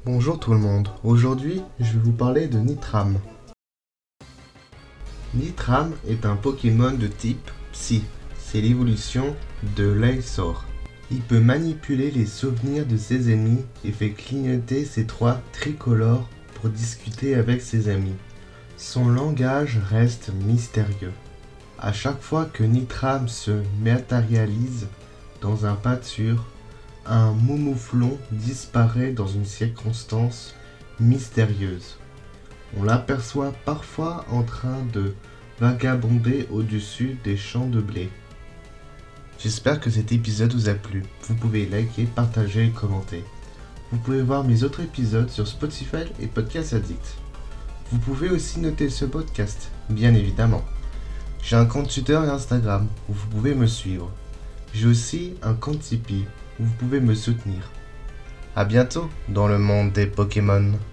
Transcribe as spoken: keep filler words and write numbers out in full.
Bonjour tout le monde, aujourd'hui je vais vous parler de Nitram. Nitram est un Pokémon de type Psy, c'est l'évolution de Laisor. Il peut manipuler les souvenirs de ses ennemis et fait clignoter ses trois tricolores pour discuter avec ses amis. Son langage reste mystérieux. À chaque fois que Nitram se matérialise dans un pâture, un Moumouflon disparaît dans une circonstance mystérieuse. On l'aperçoit parfois en train de vagabonder au-dessus des champs de blé. J'espère que cet épisode vous a plu. Vous pouvez liker, partager et commenter. Vous pouvez voir mes autres épisodes sur Spotify et Podcast Addict. Vous pouvez aussi noter ce podcast, bien évidemment. J'ai un compte Twitter et Instagram où vous pouvez me suivre. J'ai aussi un compte Tipeee où vous pouvez me soutenir. A bientôt dans le monde des Pokémon.